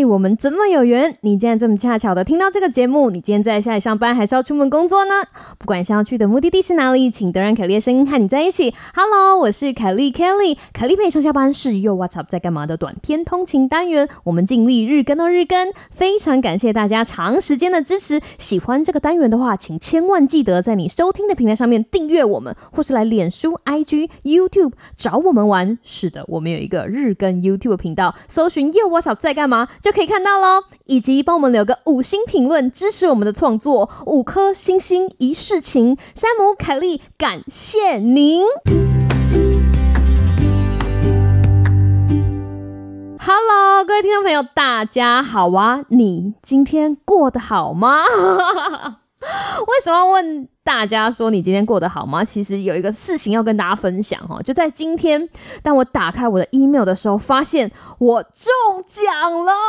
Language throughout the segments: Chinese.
我们怎么有缘？你竟然这么恰巧的听到这个节目，你今天在家里上班还是要出门工作呢？不管想要去的目的地是哪里，请都让凯莉的声音和你在一起。Hello， 我是凯莉 Kelly， 凯莉陪你上下班是又 What's Up 在干嘛的短篇通勤单元，我们尽力日更到日更，非常感谢大家长时间的支持。喜欢这个单元的话，请千万记得在你收听的平台上面订阅我们，或是来脸书、IG、YouTube 找我们玩。是的，我们有一个日更 YouTube 频道，搜寻又 What's Up 在干嘛就可以看到咯，以及帮我们留个5星评论支持我们的创作，5颗星星一世情。山姆、凯莉，感谢您。Hello， 各位听众朋友，大家好啊！你今天过得好吗？为什么要问大家说你今天过得好吗？其实有一个事情要跟大家分享哦，就在今天，当我打开我的 email 的时候，发现我中奖了。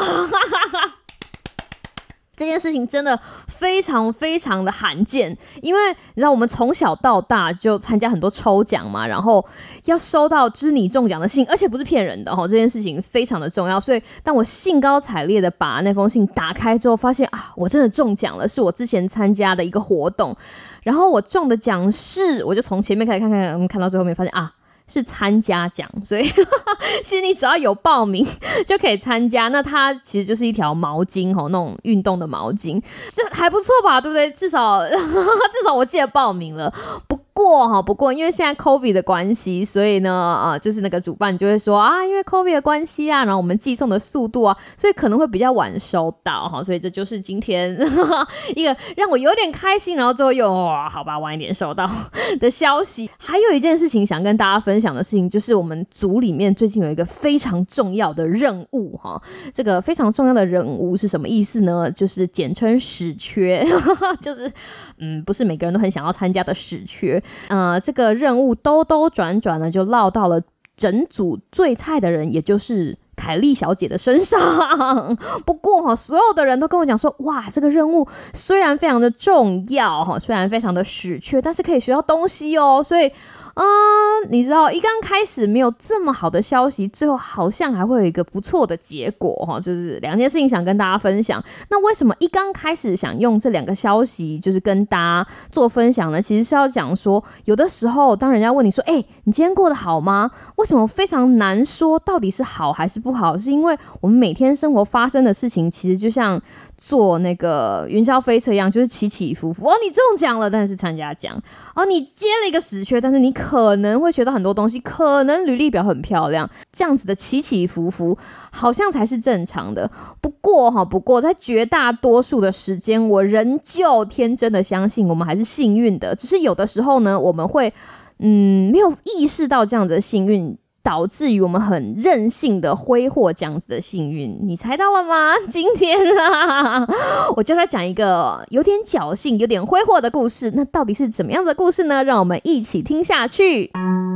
这件事情真的非常非常的罕见，因为你知道我们从小到大就参加很多抽奖嘛，然后要收到就是你中奖的信，而且不是骗人的哦，这件事情非常的重要。所以当我兴高采烈的把那封信打开之后，发现啊，我真的中奖了，是我之前参加的一个活动，然后我中的奖是，我就从前面开始看到最后面，发现啊，是参加奖，所以其实你只要有报名就可以参加。那它其实就是一条毛巾那种运动的毛巾，这还不错吧，对不对？至少我记得报名了。不过因为现在 COVID 的关系，所以呢就是那个主办就会说啊，因为 COVID 的关系啊，然后我们寄送的速度啊，所以可能会比较晚收到所以这就是今天一个让我有点开心，然后最后又好吧晚一点收到的消息。还有一件事情想跟大家分享的事情，就是我们组里面最近有一个非常重要的任务这个非常重要的任务是什么意思呢？就是简称史缺就是不是每个人都很想要参加的史缺。这个任务兜兜转转呢，就落到了整组最菜的人，也就是凯莉小姐的身上。不过所有的人都跟我讲说，哇，这个任务虽然非常的重要，虽然非常的史缺，但是可以学到东西哦。所以你知道一刚开始没有这么好的消息，最后好像还会有一个不错的结果就是两件事情想跟大家分享。那为什么一刚开始想用这2个消息就是跟大家做分享呢？其实是要讲说，有的时候当人家问你说你今天过得好吗？为什么非常难说到底是好还是不好，是因为我们每天生活发生的事情其实就像坐那个云霄飞车一样，就是起起伏伏。你中奖了，但是参加奖你接了一个史缺，但是你可能会学到很多东西，可能履历表很漂亮，这样子的起起伏伏好像才是正常的。不过在绝大多数的时间，我仍旧天真的相信我们还是幸运的，只是有的时候呢，我们会没有意识到这样子的幸运，导致于我们很任性的挥霍这样子的幸运。你猜到了吗？今天我就来讲一个有点侥幸有点挥霍的故事。那到底是怎么样的故事呢？让我们一起听下去。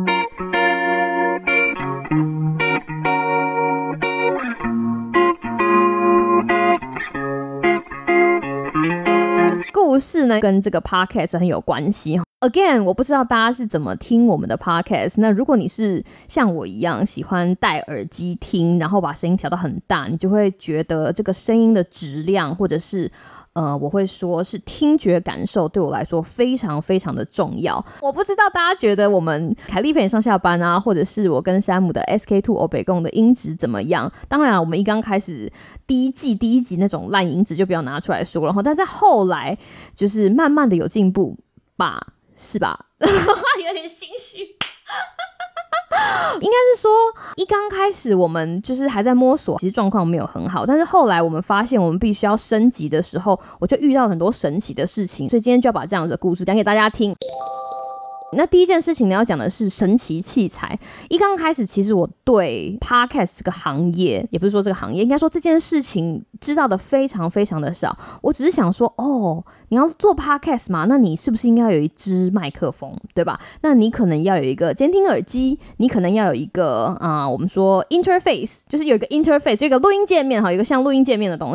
故事呢跟这个 podcast 很有关系。Again， 我不知道大家是怎么听我们的 podcast。那如果你是像我一样喜欢戴耳机听，然后把声音调到很大，你就会觉得这个声音的质量，或者是我会说是听觉感受，对我来说非常非常的重要。我不知道大家觉得我们凯莉陪你上下班啊，或者是我跟山姆的 SK2 欧北共的音质怎么样？当然我们一刚开始第一集那种烂音质就不要拿出来说了，但在后来就是慢慢的有进步吧，是吧？有点心虚。应该是说一刚开始我们就是还在摸索，其实状况没有很好，但是后来我们发现我们必须要升级的时候，我就遇到很多神奇的事情，所以今天就要把这样子的故事讲给大家听。那第一件事情呢，要讲的是神奇器材。一刚开始其实我对 podcast 这个行业，也不是说这个行业，应该说这件事情知道的非常非常的少。我只是想说你要做 podcast 嘛，那你是不是应该有一支麦克风，对吧？那你可能要有一个监听耳机，你可能要有一个我们说 interface， 就是有一个 interface， 有一个录音界面，有一个像录音界面的东西。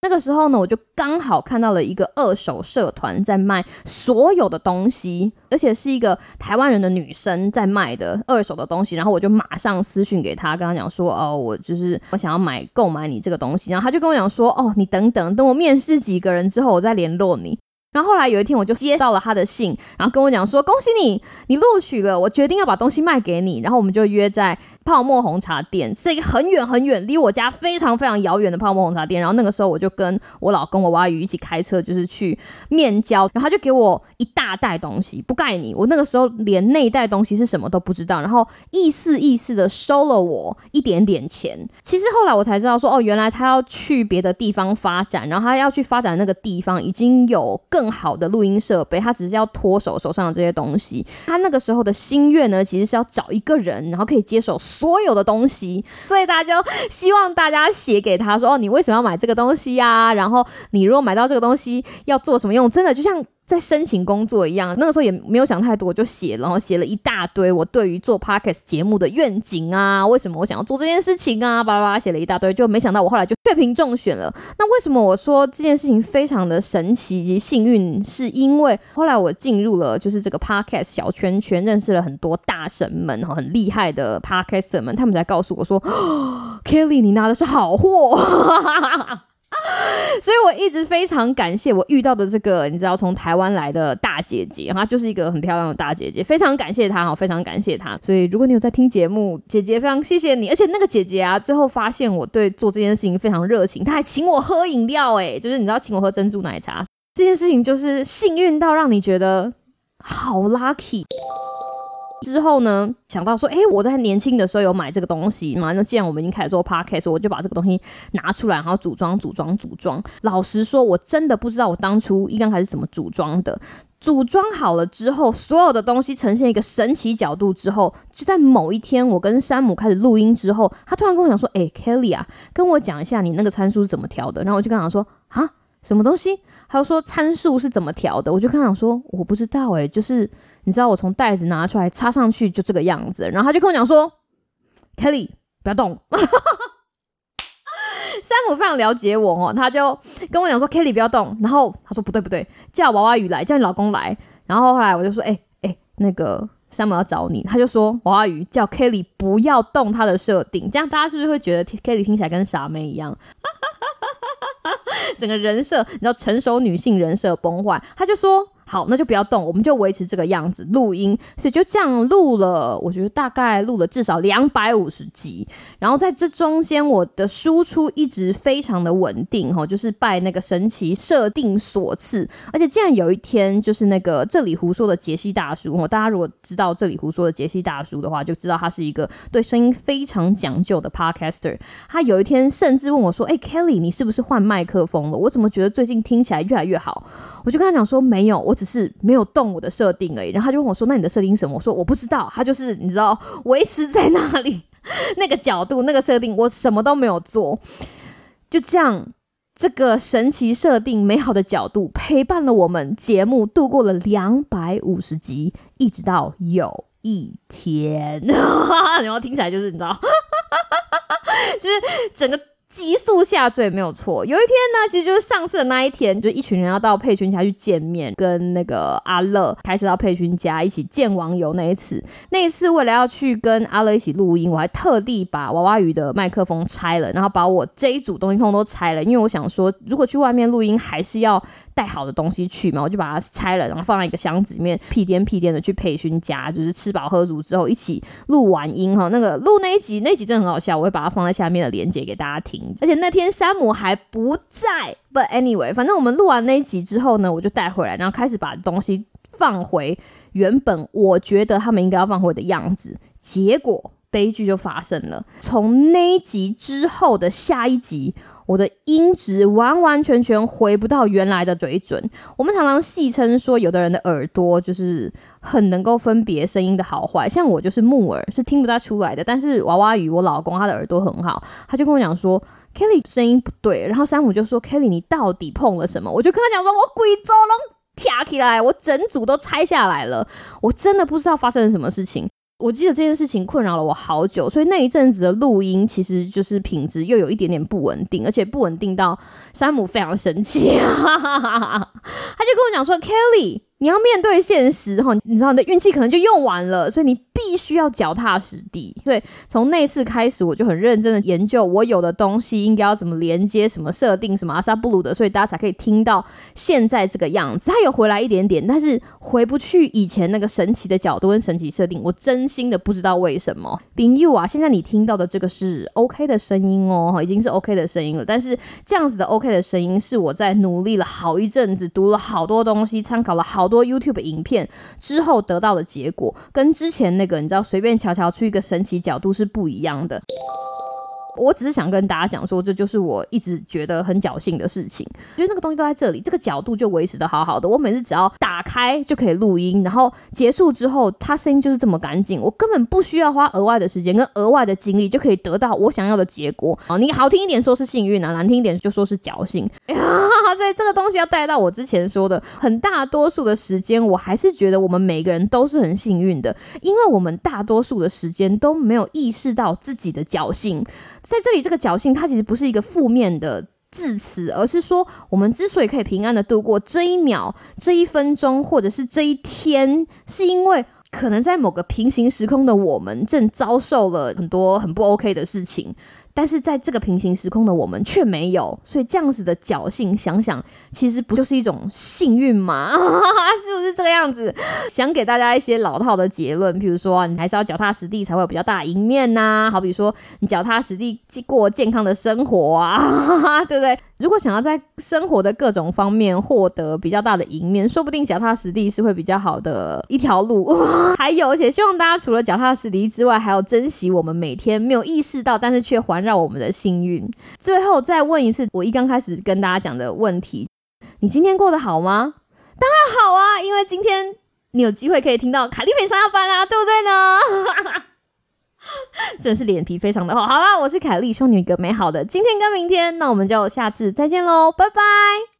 那个时候呢，我就刚好看到了一个二手社团在卖所有的东西，而且是一个台湾人的女生在卖的二手的东西，然后我就马上私讯给她，跟她讲说我想要购买你这个东西，然后她就跟我讲说你等我面试几个人之后我再联络你。然后后来有一天我就接到了他的信，然后跟我讲说恭喜你录取了，我决定要把东西卖给你。然后我们就约在泡沫红茶店，是一个很远很远离我家非常非常遥远的泡沫红茶店。然后那个时候我就跟我老公我娃鱼一起开车，就是去面交，然后他就给我一大袋东西，不盖你，我那个时候连那一袋东西是什么都不知道，然后意思的收了我一点点钱。其实后来我才知道说原来他要去别的地方发展，然后他要去发展那个地方已经有更好的录音设备，他只是要脱手上的这些东西。他那个时候的心愿呢，其实是要找一个人，然后可以接手所有的东西，所以他就希望大家写给他说你为什么要买这个东西啊，然后你如果买到这个东西要做什么用，真的就像在申请工作一样。那个时候也没有想太多，我就写了，然后写了一大堆我对于做 podcast 节目的愿景啊，为什么我想要做这件事情啊，巴拉巴拉写了一大堆，就没想到我后来就确评中选了。那为什么我说这件事情非常的神奇及幸运，是因为后来我进入了就是这个 podcast 小圈圈，认识了很多大神们，很厉害的 podcaster 们，他们才告诉我说Kelly 你拿的是好货所以我一直非常感谢我遇到的这个你知道从台湾来的大姐姐，她就是一个很漂亮的大姐姐，非常感谢她，非常感谢她。所以如果你有在听节目，姐姐非常谢谢你。而且那个姐姐啊，最后发现我对做这件事情非常热情，她还请我喝饮料，就是你知道请我喝珍珠奶茶，这件事情就是幸运到让你觉得好 lucky。之后呢，想到说我在年轻的时候有买这个东西嘛，那既然我们已经开始做 podcast， 我就把这个东西拿出来，然后组装。老实说我真的不知道我当初一刚开始怎么组装的。组装好了之后，所有的东西呈现一个神奇角度之后，就在某一天我跟山姆开始录音之后，他突然跟我讲说Kelly 啊，跟我讲一下你那个参数是怎么调的。然后我就跟他讲说什么东西，他就说参数是怎么调的。我就跟他讲说我不知道就是你知道我从袋子拿出来插上去就这个样子。然后他就跟我讲说 Kelly 不要动山姆非常了解我他就跟我讲说 Kelly 不要动，然后他说不对，叫娃娃鱼来，叫你老公来。然后后来我就说那个山姆要找你，他就说娃娃鱼叫 Kelly 不要动他的设定，这样大家是不是会觉得 Kelly 听起来跟傻妹一样整个人设你知道成熟女性人设崩坏。他就说好，那就不要动，我们就维持这个样子录音。所以就这样录了，我觉得大概录了至少250集。然后在这中间我的输出一直非常的稳定就是拜那个神奇设定所赐。而且竟然有一天就是那个这里胡说的杰西大叔大家如果知道这里胡说的杰西大叔的话，就知道他是一个对声音非常讲究的 podcaster。他有一天甚至问我说Kelly 你是不是换麦克风了，我怎么觉得最近听起来越来越好。我就跟他讲说没有，我只是没有动我的设定而已。然后他就问我说那你的设定是什么，我说我不知道，他就是你知道维持在那里那个角度那个设定，我什么都没有做。就这样这个神奇设定美好的角度陪伴了我们节目度过了250集，一直到有一天然后听起来就是你知道就是整个急速下坠没有错。有一天呢，其实就是上次的那一天，就一群人要到佩君家去见面，跟那个阿乐开始到佩君家一起见网友。那一次为了要去跟阿乐一起录音，我还特地把娃娃鱼的麦克风拆了，然后把我这一组东西通通都拆了，因为我想说如果去外面录音还是要带好的东西去嘛，我就把它拆了，然后放在一个箱子里面，屁颠的去佩君家，就是吃饱喝足之后一起录完音那个录那一集真的很好笑，我会把它放在下面的连结给大家听。而且那天山姆还不在 ，but anyway， 反正我们录完那一集之后呢，我就带回来，然后开始把东西放回原本我觉得他们应该要放回的样子。结果悲剧就发生了，从那一集之后的下一集，我的音质完全回不到原来的水准。我们常常戏称说有的人的耳朵就是很能够分别声音的好坏，像我就是木耳，是听不大出来的。但是娃娃鱼我老公他的耳朵很好，他就跟我讲说 Kelly 声音不对，然后山姆就说 Kelly 你到底碰了什么，我就跟他讲说我规组都跳起来，我整组都拆下来了，我真的不知道发生了什么事情。 我记得这件事情困扰了我好久，所以那一阵子的录音其实就是品质又有一点点不稳定，而且不稳定到山姆非常生气他就跟我讲说 Kelly 你要面对现实，你知道你的运气可能就用完了，所以你必须要脚踏实地。所以从那次开始我就很认真的研究我有的东西应该要怎么连接，什么设定，什么阿萨布鲁的，所以大家才可以听到现在这个样子。它有回来一点点，但是回不去以前那个神奇的角度跟神奇设定，我真心的不知道为什么。朋友啊，现在你听到的这个是 OK 的声音哦，已经是 OK 的声音了，但是这样子的 OK 的声音是我在努力了好一阵子，读了好多东西，参考了好多 YouTube 影片之后得到的结果，跟之前那个你知道随便瞧瞧出一个神奇角度是不一样的。我只是想跟大家讲说，这就是我一直觉得很侥幸的事情。我觉得那个东西都在这里，这个角度就维持的好好的。我每次只要打开就可以录音，然后结束之后，它声音就是这么干净，我根本不需要花额外的时间跟额外的精力，就可以得到我想要的结果。你好听一点说是幸运啊，难听一点就说是侥幸。所以这个东西要带到我之前说的，很大多数的时间，我还是觉得我们每个人都是很幸运的，因为我们大多数的时间都没有意识到自己的侥幸。在这里这个侥幸它其实不是一个负面的字词，而是说我们之所以可以平安的度过这一秒、这一分钟或者是这一天，是因为可能在某个平行时空的我们正遭受了很多很不 OK 的事情，但是在这个平行时空的我们却没有，所以这样子的侥幸想想其实不就是一种幸运吗？是不是这个样子？想给大家一些老套的结论，比如说你还是要脚踏实地才会有比较大的赢面啊，好比说你脚踏实地过健康的生活啊对不对？如果想要在生活的各种方面获得比较大的赢面，说不定脚踏实地是会比较好的一条路还有，而且希望大家除了脚踏实地之外，还要珍惜我们每天没有意识到但是却环绕我们的幸运。最后再问一次我一刚开始跟大家讲的问题，你今天过得好吗？当然好啊，因为今天你有机会可以听到凯莉陪上下班啊，对不对呢真的是脸皮非常的厚。好啦，我是凯莉，希望你有一个美好的今天跟明天，那我们就下次再见咯，拜拜。